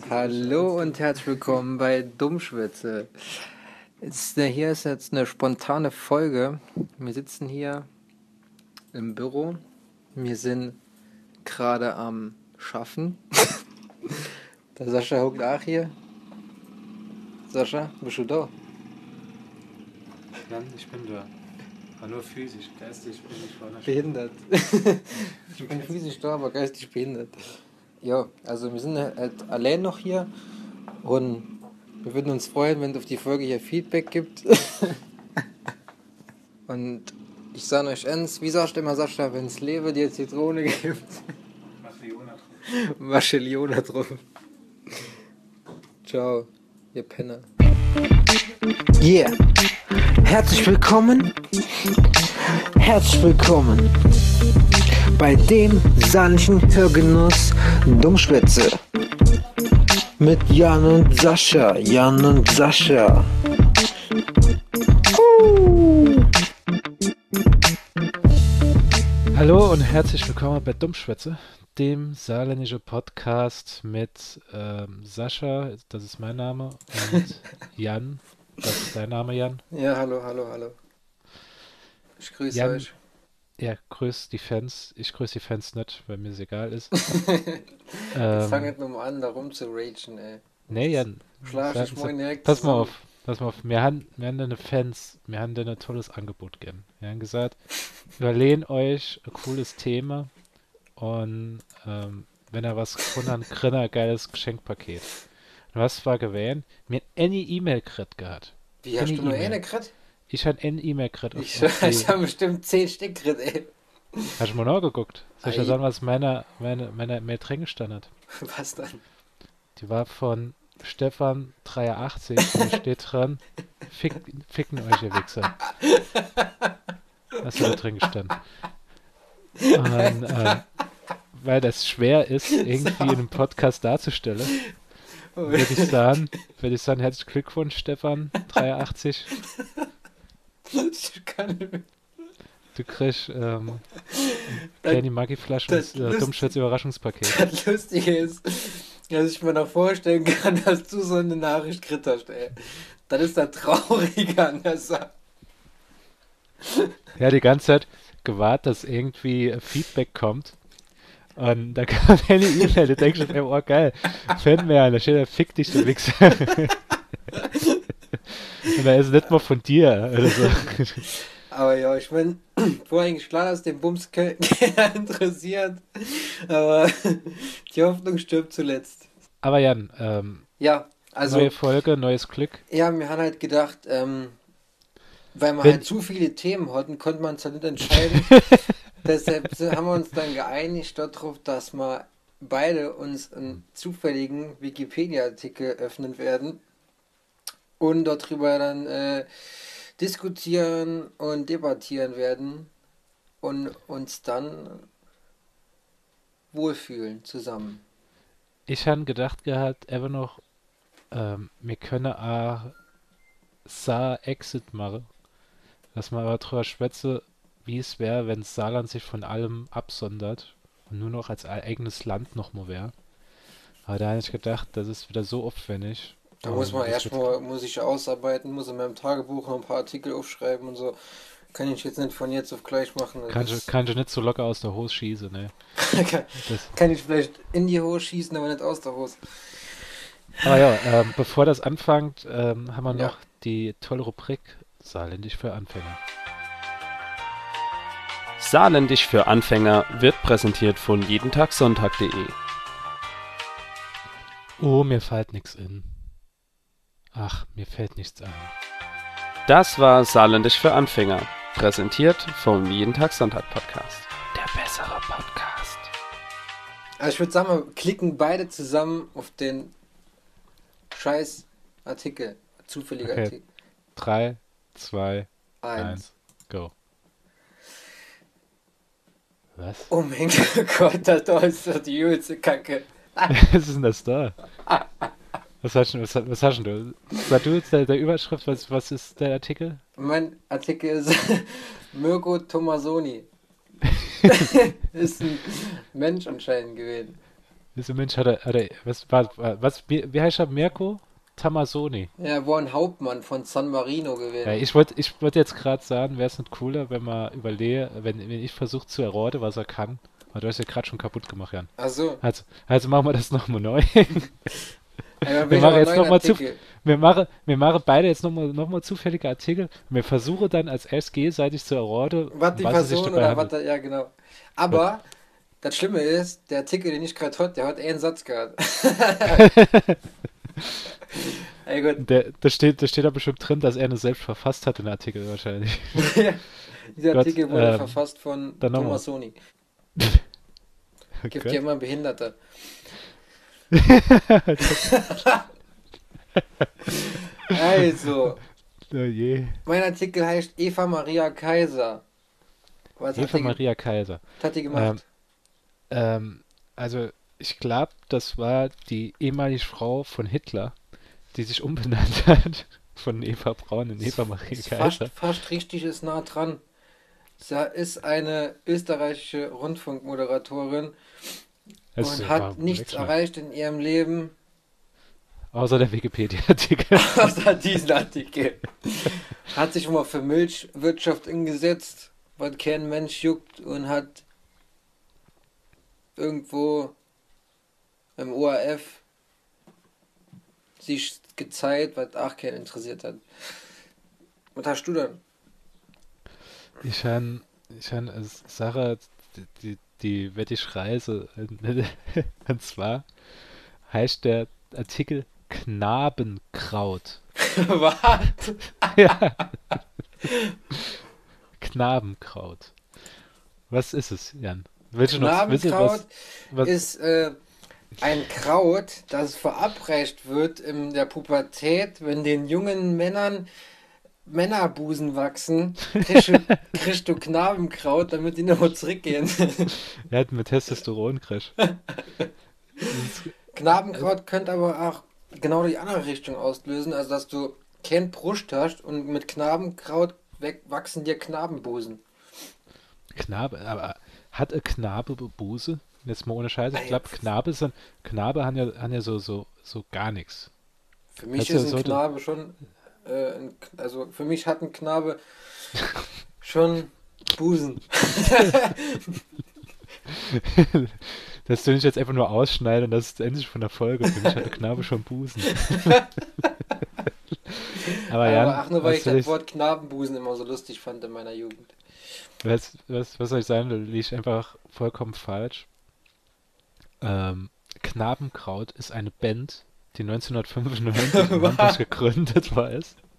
Hallo und herzlich willkommen bei Dummschwätze. Hier ist jetzt eine spontane Folge. Wir sitzen hier im Büro. Wir sind gerade am Schaffen. Der Sascha hockt auch hier. Sascha, bist du da? Jan, ich bin da. Aber nur physisch, geistig bin ich vorne. Behindert. Ich bin physisch da, aber geistig behindert. Ja, also wir sind halt allein noch hier und wir würden uns freuen, wenn es auf die Folge hier Feedback gibt. Und ich sage euch eins, wie sagst du immer, Sascha, wenn es Lebe dir Zitrone gibt? Masche Liona drauf. Ciao, ihr Penner. Yeah, herzlich willkommen bei dem sanften Hörgenuss Dummschwätze mit Jan und Sascha. Hallo und herzlich willkommen bei Dummschwätze, dem saarländischen Podcast mit Sascha, das ist mein Name, und Jan, das ist dein Name, Jan. Ja, hallo. Ich grüße Jan, euch. ja, grüß die Fans. Ich grüße die Fans nicht, weil mir es egal ist. Jetzt fang nicht nur mal an, da rum zu ragen, ey. Nee, Jan, Schlag dich morgen direkt pass mal zusammen. auf. Wir haben deine Fans, wir haben dir ein tolles Angebot gegeben. Wir haben gesagt, überlegen euch ein cooles Thema und wenn er was gefunden hat, kriegt er ein geiles Geschenkpaket. Und was war gewählt? Mir hat eine E-Mail gekriegt gehabt. Wie, hast Eine du nur E-Mail. eine gekriegt? Ich habe eine E-Mail gekriegt. Ich habe bestimmt 10 Stück gekriegt, ey. Hast du mal nachgeguckt? Soll ich dir Ei. sagen, was meine Mail drin gestanden hat? Was dann? Die war von Stefan 83 und da steht dran, ficken euch, ihr Wichser. Hast du da drin gestanden? Und, weil das schwer ist, irgendwie in einem Podcast darzustellen, würde ich sagen, herzlichen Glückwunsch, Stefan 83. Ich kann nicht mehr. Du kriegst Candy Maggi Flaschen das und Dummschwätz Überraschungspaket. Das Lustige ist, dass ich mir noch vorstellen kann, dass du so eine Nachricht gekriegt hast, ey. Das ist das Traurige an der Sache. Ja, die ganze Zeit gewartet, dass irgendwie Feedback kommt. Und da kam eine E-Mail, da denkst du mir, oh geil, Fan mehr, da steht da, fick dich, du Wichser. Und da ist nicht mal von dir. Oder so. Aber ja, ich bin vorher eigentlich klar, dass den Bums keiner interessiert. Aber die Hoffnung stirbt zuletzt. Aber Jan, Ja, also, neue Folge, neues Glück. ja, wir haben halt gedacht, weil wir Wenn- halt zu viele Themen hatten, konnte man es halt nicht entscheiden. Deshalb haben wir uns dann geeinigt darauf, dass wir beide uns einen zufälligen Wikipedia-Artikel öffnen werden und darüber dann diskutieren und debattieren werden und uns dann wohlfühlen zusammen. Ich habe gedacht gehabt, einfach noch, wir können auch Saar-Exit machen. Dass man aber drüber schwätze, wie es wäre, wenn Saarland sich von allem absondert und nur noch als eigenes Land nochmal wäre. Aber da habe ich gedacht, das ist wieder so aufwendig. Da muss man das erstmal, muss ich ausarbeiten, muss in meinem Tagebuch noch ein paar Artikel aufschreiben und so. Kann ich jetzt nicht von jetzt auf gleich machen. kann ich nicht so locker aus der Hose schießen, ne? Das, Kann ich vielleicht in die Hose schießen, aber nicht aus der Hose. aber ja, bevor das anfängt, haben wir Ja. noch die tolle Rubrik Saarländisch für Anfänger. Saarländisch für Anfänger wird präsentiert von jedentagsonntag.de. Oh, mir fällt nichts in. Ach, mir fällt nichts ein. Das war Saarländisch für Anfänger, präsentiert vom Jeden Tag Sonntag Podcast. Der bessere Podcast. Also ich würde sagen, wir klicken beide zusammen auf den scheiß Artikel. Zufälliger Okay. Artikel. 3, 2, 1. 1, go. Was? Oh mein Gott, da ist doch die übelste Kacke. Was ist denn das da? Was hast du? Sag du jetzt der Überschrift, was ist der Artikel? Mein Artikel ist Mirko Tomasoni. Ist ein Mensch anscheinend gewesen. Dieser Mensch hat er, wie heißt er, Mirko Tamasoni. Er war ein Hauptmann von San Marino Ja, gewesen. ich wollt jetzt gerade sagen, wäre es nicht cooler, wenn man überlege, wenn ich versuche zu erraten, was er kann. Aber du hast ja gerade schon kaputt gemacht, Jan. Achso, Also machen wir das nochmal neu. ja, Wir machen jetzt nochmal wir machen beide jetzt nochmal zufällige Artikel und wir versuchen dann als erst gegenseitig zu erraten, was die was es sich Person dabei oder was handelt. da, ja genau. Aber das Schlimme ist, der Artikel, den ich gerade hatte, der hat einen Satz gehabt. Ey gut, Da steht da bestimmt drin, dass er eine selbst verfasst hat, den Artikel wahrscheinlich. dieser Gott, Artikel wurde verfasst von dann nochmal. Thomas Soni. Oh Gibt Gott. ja immer Behinderte. Also, Oh je. mein Artikel heißt Eva Maria Kaiser. Was hat Eva die, Maria Kaiser. was hat die gemacht? Also ich glaube, das war die ehemalige Frau von Hitler, die sich umbenannt hat von Eva Braun in Eva Maria Ist Kaiser. fast richtig, ist nah dran. Sie ist eine österreichische Rundfunkmoderatorin Es und war hat nichts Wechsel. erreicht in ihrem Leben, Außer der Wikipedia-Artikel. außer diesen Artikel. Hat sich immer für Milchwirtschaft eingesetzt, was kein Mensch juckt, und hat irgendwo im ORF sich gezeigt, was auch keinen interessiert hat. Was hast du dann? Ich habe Sache, die werde ich reise. Und zwar heißt der Artikel Knabenkraut. Was? Ja, Knabenkraut. Was ist es, Jan? Willst du noch wissen, Knabenkraut was ist ein Kraut, das verabreicht wird in der Pubertät, wenn den jungen Männern Männerbusen wachsen, kriegst du Knabenkraut, damit die nochmal zurückgehen. er hat mit Testosteron kriegt. Knabenkraut könnte aber auch genau die andere Richtung auslösen, also dass du kein Brust hast und mit Knabenkraut wachsen dir Knabenbusen. Knabe, aber hat ein Knabe Buse? Jetzt mal ohne Scheiße, ich Ey, glaube, Knabe haben ja so gar nichts. Für mich Also ist ein sollte- Knabe schon, also für mich hat ein Knabe schon Busen. Das will ich jetzt einfach nur ausschneiden und das ist endlich von der Folge. Für mich hat der Knabe schon Busen. Aber Jan, Aber auch nur, weil ich was soll das Wort Knabenbusen immer so lustig fand in meiner Jugend. was soll ich sagen? Da liege ich einfach vollkommen falsch. Knabenkraut ist eine Band, die 1995 in Hamburg gegründet war.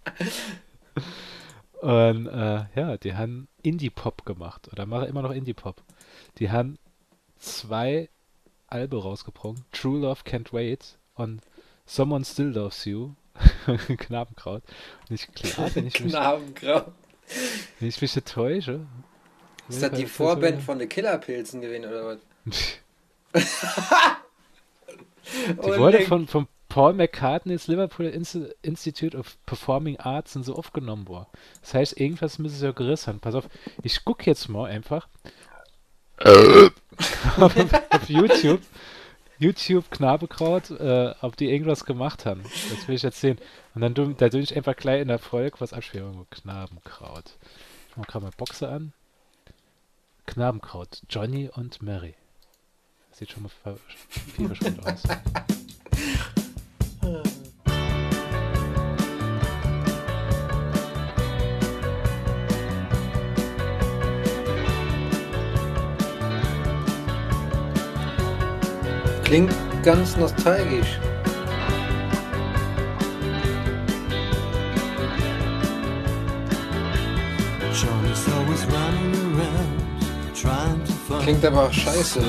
Und ja, die haben Indie-Pop gemacht oder machen immer noch Indie-Pop. Die haben 2 Alben rausgebracht, True Love Can't Wait und Someone Still Loves You, Knabenkraut. Und ich glaube, wenn ich Knabenkraut. mich nicht täusche, Ist das die Vorband von den Killerpilzen gewesen oder was? Die wurde von Paul McCartney's Liverpool Institute of Performing Arts und so aufgenommen worden. Das heißt, irgendwas müssen sie ja gerissen haben. Pass auf, ich gucke jetzt mal einfach auf YouTube Knabekraut, ob die irgendwas gemacht haben. Das will ich jetzt sehen. Und dann da tue ich einfach gleich in der Folge was abschweren. Knabenkraut. Ich mache gerade mal Boxe an. Knabenkraut. Johnny und Mary. Das sieht schon mal vielversprechend aus. Klingt ganz nostalgisch. Johnny's always running around trying to find Klingt aber auch scheiße.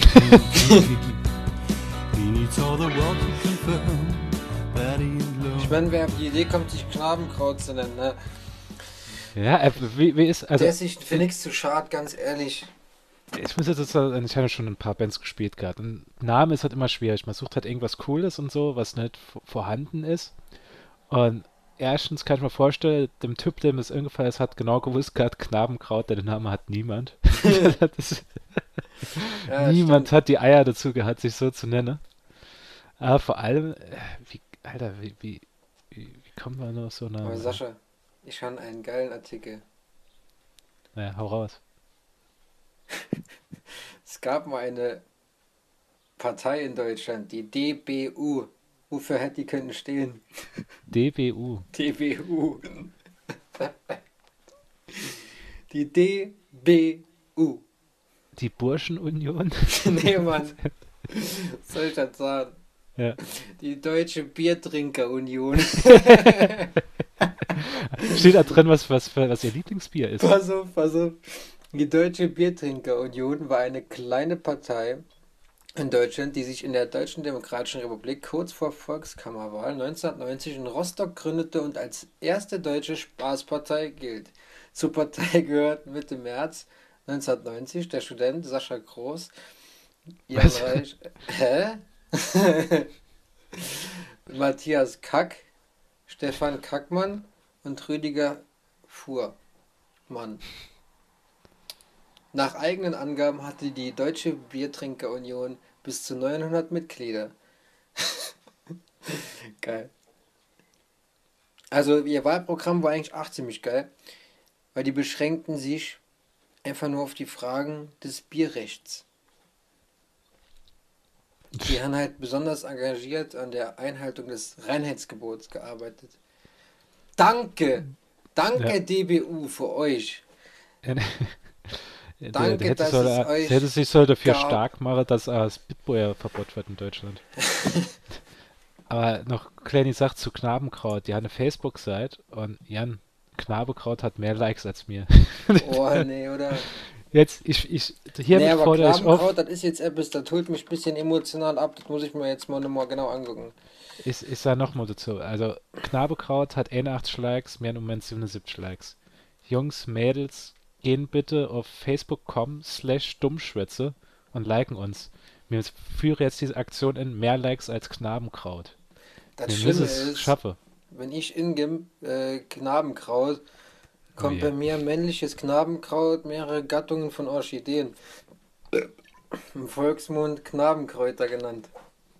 He needs all the world to confirm that he in love. Ich meine, wer auf die Idee kommt, sich Knabenkraut zu nennen, ne? Ja, wie ist, also Der ist sich für nichts zu schad, ganz ehrlich. ich muss jetzt sagen, ich habe schon ein paar Bands gespielt gehabt. Und Name ist halt immer schwierig. Man sucht halt irgendwas Cooles und so, was nicht vorhanden ist. Und erstens kann ich mir vorstellen, dem Typ, dem es eingefallen ist, hat genau gewusst gehabt, Knabenkraut, der den Namen hat niemand. Das ist, Ja, Niemand stimmt. hat die Eier dazu gehabt, sich so zu nennen. Aber vor allem, Alter, wie kommt man auf so einen Aber Namen? Sascha, ich habe einen geilen Artikel. Naja, hau raus. Es gab mal eine Partei in Deutschland, die DBU. Wofür hätte die können stehen? DBU. DBU. Die DBU. Die Burschenunion? Nee, Mann. Was soll ich das sagen? Ja. Die Deutsche Biertrinkerunion. Steht da drin, was ihr Lieblingsbier ist? Pass auf, pass auf. Die Deutsche Biertrinkerunion war eine kleine Partei in Deutschland, die sich in der Deutschen Demokratischen Republik kurz vor Volkskammerwahl 1990 in Rostock gründete und als erste deutsche Spaßpartei gilt. Zur Partei gehörten Mitte März 1990 der Student Sascha Groß, Jan Was? Reich, Matthias Kack, Stefan Kackmann und Rüdiger Fuhrmann. Nach eigenen Angaben hatte die Deutsche Biertrinkerunion bis zu 900 Mitglieder. Geil. Also ihr Wahlprogramm war eigentlich auch ziemlich geil, weil die beschränkten sich einfach nur auf die Fragen des Bierrechts. Die haben halt besonders engagiert an der Einhaltung des Reinheitsgebots gearbeitet. Danke! Danke Ja. DBU für euch. Danke, dass Der es euch hätte sich so dafür gab. stark machen, dass das Bitboyer-Verbot wird in Deutschland. Aber noch kleine Sache zu Knabenkraut. Die haben eine Facebook-Seite und Jan, Knabekraut hat mehr Likes als mir. Oh, nee, oder? Jetzt, hiermit Nee, aber fordere ich auf, Knabenkraut, das ist jetzt etwas, das holt mich ein bisschen emotional ab. Das muss ich mir jetzt mal nochmal genau angucken. ich sage nochmal dazu. Also, Knabekraut hat 81 Likes, mir im Moment 77 Likes. Jungs, Mädels, gehen bitte auf facebook.com/Dummschwätze und liken uns. Wir führen jetzt diese Aktion in mehr Likes als Knabenkraut. Das Wir Schlimme müssen es ist, schaffen. wenn ich ingame Knabenkraut, kommt je. bei mir männliches Knabenkraut, mehrere Gattungen von Orchideen. Im Volksmund Knabenkräuter genannt.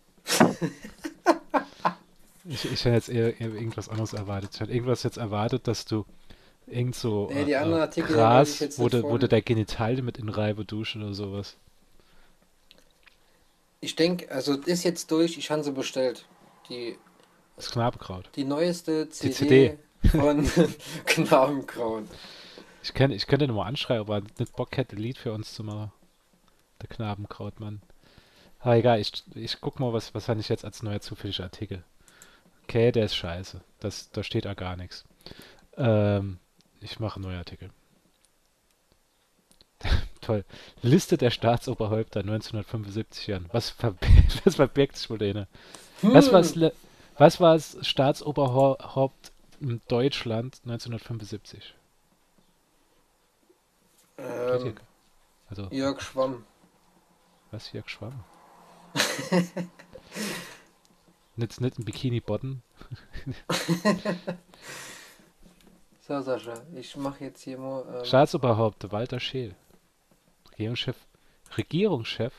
Ich hätte jetzt eher irgendwas anderes erwartet. Ich hätte irgendwas jetzt erwartet, dass du irgend so Nee, die anderen Artikel lese ich Gras, jetzt wo nicht du vor. der Genitalien mit in Reibe duscht oder sowas. Ich denke, also das ist jetzt durch, ich habe sie bestellt. Die, Das Knabekraut. die neueste Die CD von Knabenkraut. Ich könnte ihn mal anschreiben, ob er nicht Bock hätte, ein Lied für uns zu machen. Der Knabenkrautmann. Aber egal, ich guck mal, was habe ich jetzt als neuer zufälliger Artikel. Okay, der ist scheiße. Da steht auch gar nichts. Ich mache einen neuen Artikel. Toll. Liste der Staatsoberhäupter 1975 Jahren. Was verbirgt sich wohl dahinter? Was war das Staatsoberhaupt in Deutschland 1975? Steht hier. Also, Jörg Schwamm. was, Jörg Schwamm? Nicht ein Bikini-Bottom? So, Sascha, ich mache jetzt hier mal. Staatsoberhaupt Walter Scheel. Regierungschef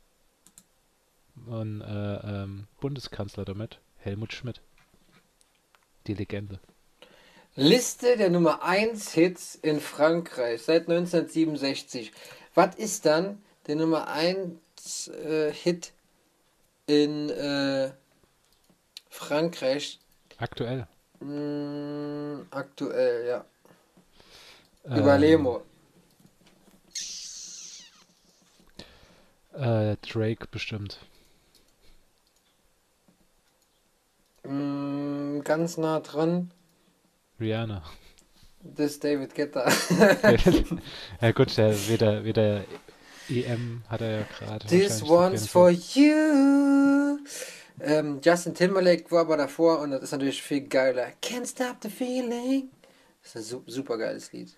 und Bundeskanzler damit Helmut Schmidt. Die Legende. Liste der Nummer 1 Hits in Frankreich seit 1967. Was ist dann der Nummer 1 Hit in Frankreich? Aktuell. Aktuell, ja. Überlemo. Drake bestimmt. Ganz nah dran. Rihanna. Das ist David Guetta. Ja gut, weder EM hat er ja gerade. This wahrscheinlich one's so for gerne you. Justin Timberlake war aber davor und das ist natürlich viel geiler. Can't stop the feeling. Das ist ein super geiles Lied.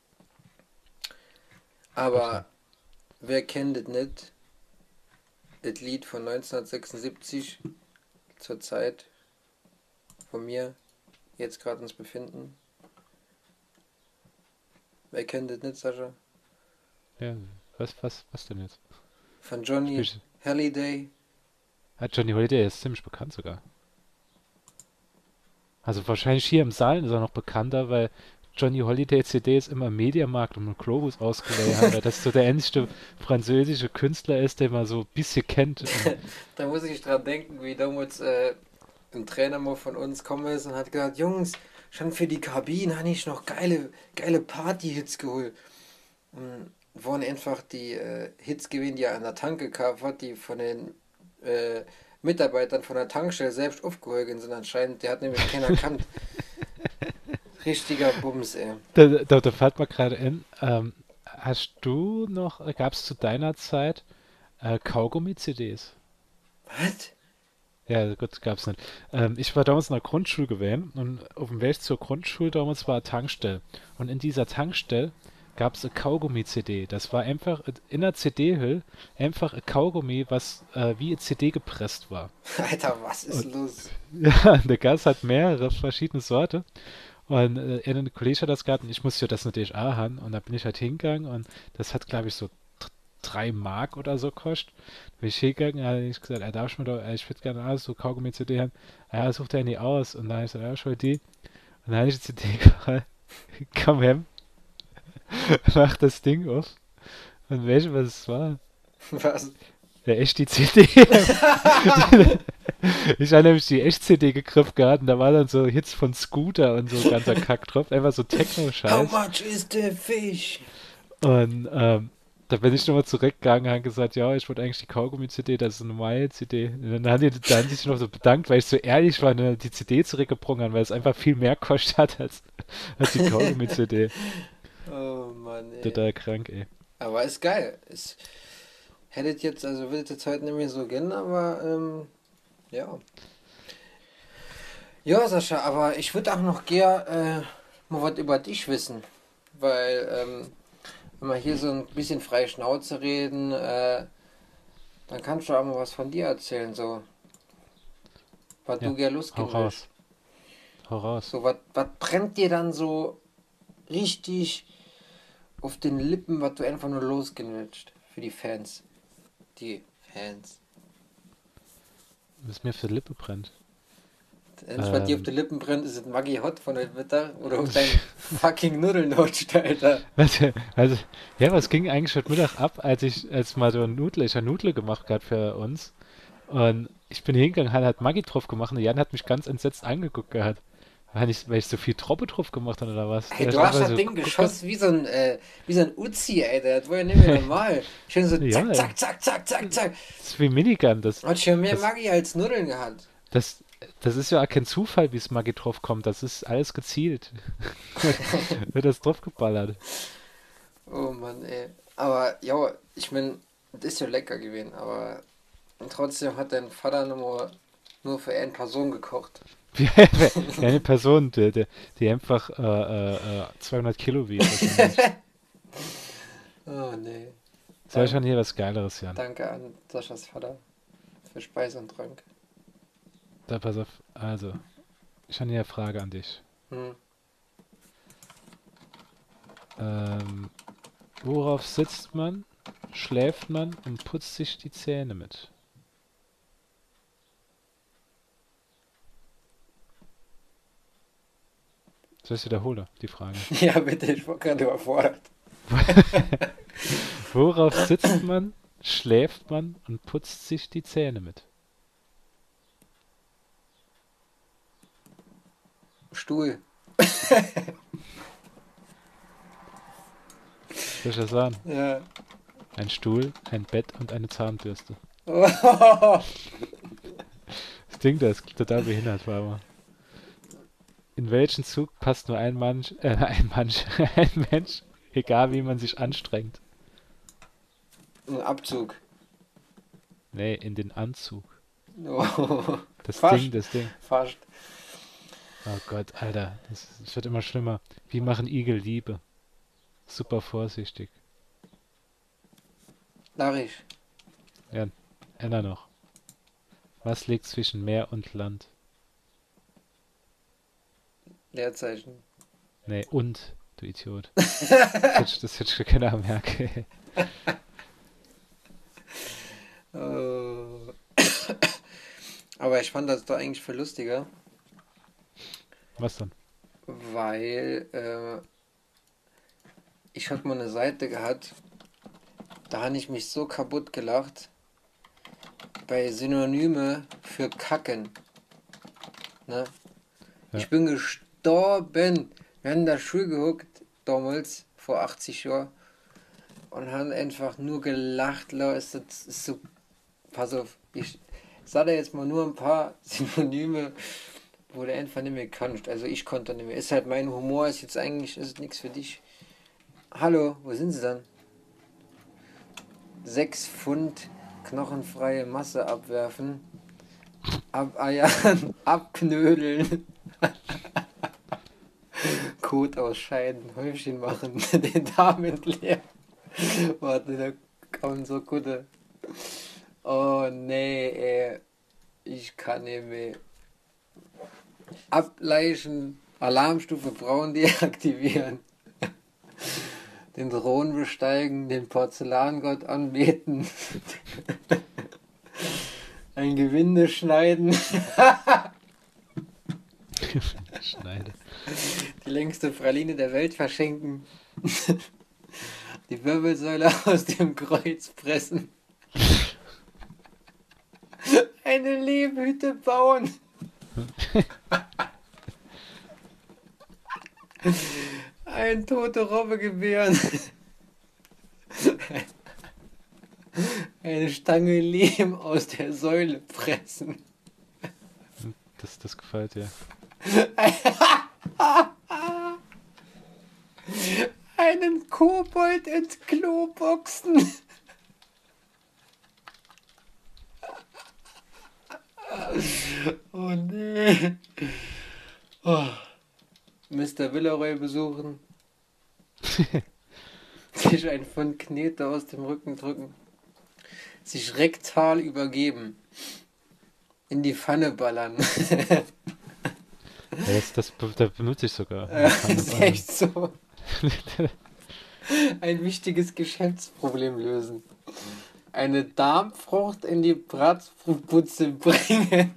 Aber Okay. wer kennt es nicht? Das Lied von 1976 zur Zeit von mir jetzt gerade uns befinden. Wer kennt das nicht, Sascha? Ja, Was denn jetzt? Von Johnny Spiel- Halliday. Johnny Holiday ist ziemlich bekannt sogar. Also wahrscheinlich hier im Saal ist er noch bekannter, weil Johnny Holiday CDs immer im Mediamarkt und im Globus ausgeleiht haben, weil das so der einzige französische Künstler ist, den man so ein bisschen kennt. Und Da muss ich dran denken, wie damals ein Trainer mal von uns gekommen ist und hat gesagt, Jungs, schon für die Kabinen habe ich noch geile Party-Hits geholt. Und waren einfach die Hits gewesen, die er an der Tanke gekauft hat, die von den Mitarbeitern von der Tankstelle selbst aufgeholt sind anscheinend. Der hat nämlich keiner erkannt. Richtiger Bums, ey. da fällt mir gerade in, gab es zu deiner Zeit Kaugummi-CDs? Was? Ja, gut, gab's nicht. Ich war damals in der Grundschule gewesen und auf dem Weg zur Grundschule damals war eine Tankstelle. Und in dieser Tankstelle gab es eine Kaugummi-CD. Das war einfach in der CD-Hülle einfach ein Kaugummi, was wie eine CD gepresst war. Alter, was ist los? Ja, der Gas hat mehrere verschiedene Sorte. Und ein Kollege hat das gehabt und ich musste ja das natürlich auch haben. Und da bin ich halt hingegangen und das hat, glaube ich, so 3 Mark oder so kostet. Bin ich hingegangen, habe ich gesagt, darf ich mir doch, ich würde gerne so Kaugummi-CD haben. Ja, sucht er nicht aus. Und dann habe ich gesagt, ja, schon die. Und dann habe ich die CD geholt, komm hem, mach das Ding auf. Und weißt du, was es war? Was? Ja, echt die CD. Ich habe nämlich die Echt-CD gegriffen gehabt und da war dann so Hits von Scooter und so ganzer Kack drauf. Einfach so How Techno-Scheiß. much is the fish? Und da bin ich nochmal zurückgegangen und habe gesagt, ja, ich wollte eigentlich die Kaugummi-CD, das ist eine normale CD. Und dann haben die sich noch so bedankt, weil ich so ehrlich war und die CD zurückgebrungen habe, weil es einfach viel mehr kostet hat als die Kaugummi-CD. Oh Mann, ey. Total krank, ey. Aber ist geil. Es hättet jetzt, also würdet jetzt heute nicht mehr so gehen, aber ja. Ja, Sascha, aber ich würde auch noch gern mal was über dich wissen. Weil, wenn wir hier so ein bisschen freie Schnauze reden, dann kannst du auch mal was von dir erzählen, so. Was Ja, du gern Hau losgehen willst. raus. Hau raus. So, was brennt dir dann so richtig auf den Lippen, was du einfach nur losgehen willst? Für die Fans. Die Fans. Was mir für die Lippe brennt. Wenn was dir auf die Lippen brennt, ist es Maggi Hot von heute Mittag oder auf deinen fucking Nudeln rutscht, Alter. Also, ja, was ging eigentlich heute Mittag ab, als mal so ich eine Nudel gemacht habe für uns. Und ich bin hingegangen, hat Maggi drauf gemacht und Jan hat mich ganz entsetzt angeguckt gehabt. Weil ich so viel Troppe drauf gemacht habe oder was? Hey, Der du hat hast einfach das so Ding geguckt geschossen wie so ein Uzi, Alter. Das war ja nicht mehr normal. Schön so Ja, ey. zack, zack, zack, zack, zack. Das ist wie Minigun. Hat schon mehr das- Maggi als Nudeln gehabt. Das ist ja auch kein Zufall, wie es Maggi drauf kommt. Das ist alles gezielt. Wird das drauf geballert. Oh Mann, ey. Aber, ja, ich mein, das ist ja lecker gewesen, aber trotzdem hat dein Vater nur für eine Person gekocht. Wie eine Person, die einfach 200 Kilo wiegt. wahrscheinlich. Oh nee. Soll ich schon hier was Geileres, Jan? Danke an Saschas Vater für Speise und Trank. Da pass auf. Also, ich habe hier eine Frage an dich. Hm. Worauf sitzt man, schläft man und putzt sich die Zähne mit? Soll ich wiederholen, die Frage? Ja, bitte, ich war gerade überfordert. Worauf sitzt man, schläft man und putzt sich die Zähne mit? Stuhl. Soll ich das sagen? Ja. Ein Stuhl, ein Bett und eine Zahnbürste. Oh, Das Ding, das total behindert war, aber. In welchen Zug passt nur ein Mensch, ein Mensch, egal wie man sich anstrengt? ein Abzug. Nee, in den Anzug. Oh, Das Fast. Ding. fast. Oh Gott, Alter, das wird immer schlimmer. Wie machen Igel Liebe? Super vorsichtig. Narrisch. Ja, Anna noch. Was liegt zwischen Meer und Land? Leerzeichen. Nee, und, du Idiot. Das hätte ich keiner merken. Aber ich fand das doch eigentlich viel lustiger, Was denn? weil ich hatte mal eine Seite gehabt, da habe ich mich so kaputt gelacht bei Synonyme für kacken. Ne? Ja. Ich bin gestorben. Wir haben in der Schule gehuckt, damals, vor 80 Jahren, und haben einfach nur gelacht. Das ist so, pass auf, ich sage jetzt mal nur ein paar Synonyme, wo du einfach nicht mehr kannst. Also ich konnte nicht mehr. Ist halt mein Humor, ist jetzt eigentlich ist nichts für dich. Hallo, wo sind sie dann? 6 Pfund knochenfreie Masse abwerfen, abeiern, abknödeln, Kot ausscheiden, Häufchen machen, den Darm leer. Warte, da kommen so gute. Oh nee, ey. Ich kann nicht mehr. Ableichen, Alarmstufe braun deaktivieren. Den Thron besteigen, den Porzellangott anbeten. Ein Gewinde schneiden. Schneide. Die längste Praline der Welt verschenken. Die Wirbelsäule aus dem Kreuz pressen. Eine Lehmhütte bauen. Ein tote Robbe gebären. Eine Stange Lehm aus der Säule pressen. Das gefällt dir. Einen Kobold ins Klo boxen. Oh nee. Oh. Mr. Villeroy besuchen. Sich ein Pfund Knete aus dem Rücken drücken. Sich rektal übergeben. In die Pfanne ballern. Ja, das benutze ich sogar. Das ist echt so. Ein wichtiges Geschäftsproblem lösen. Eine Darmfrucht in die Bratputze bringen.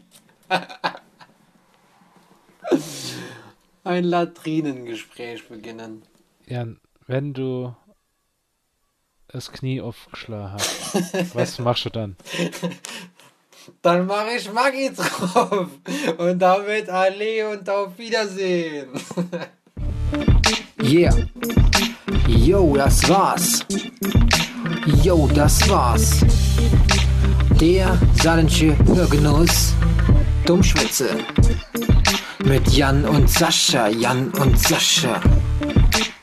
Ein Latrinengespräch beginnen. Jan, wenn du das Knie aufgeschlagen hast, was machst du dann? Dann mache ich Maggi drauf. Und damit alle und auf Wiedersehen. Yeah. Yo, das war's. Yo, das war's. Der saarländische Hörgenuss Dummschwätze. Mit Jan und Sascha.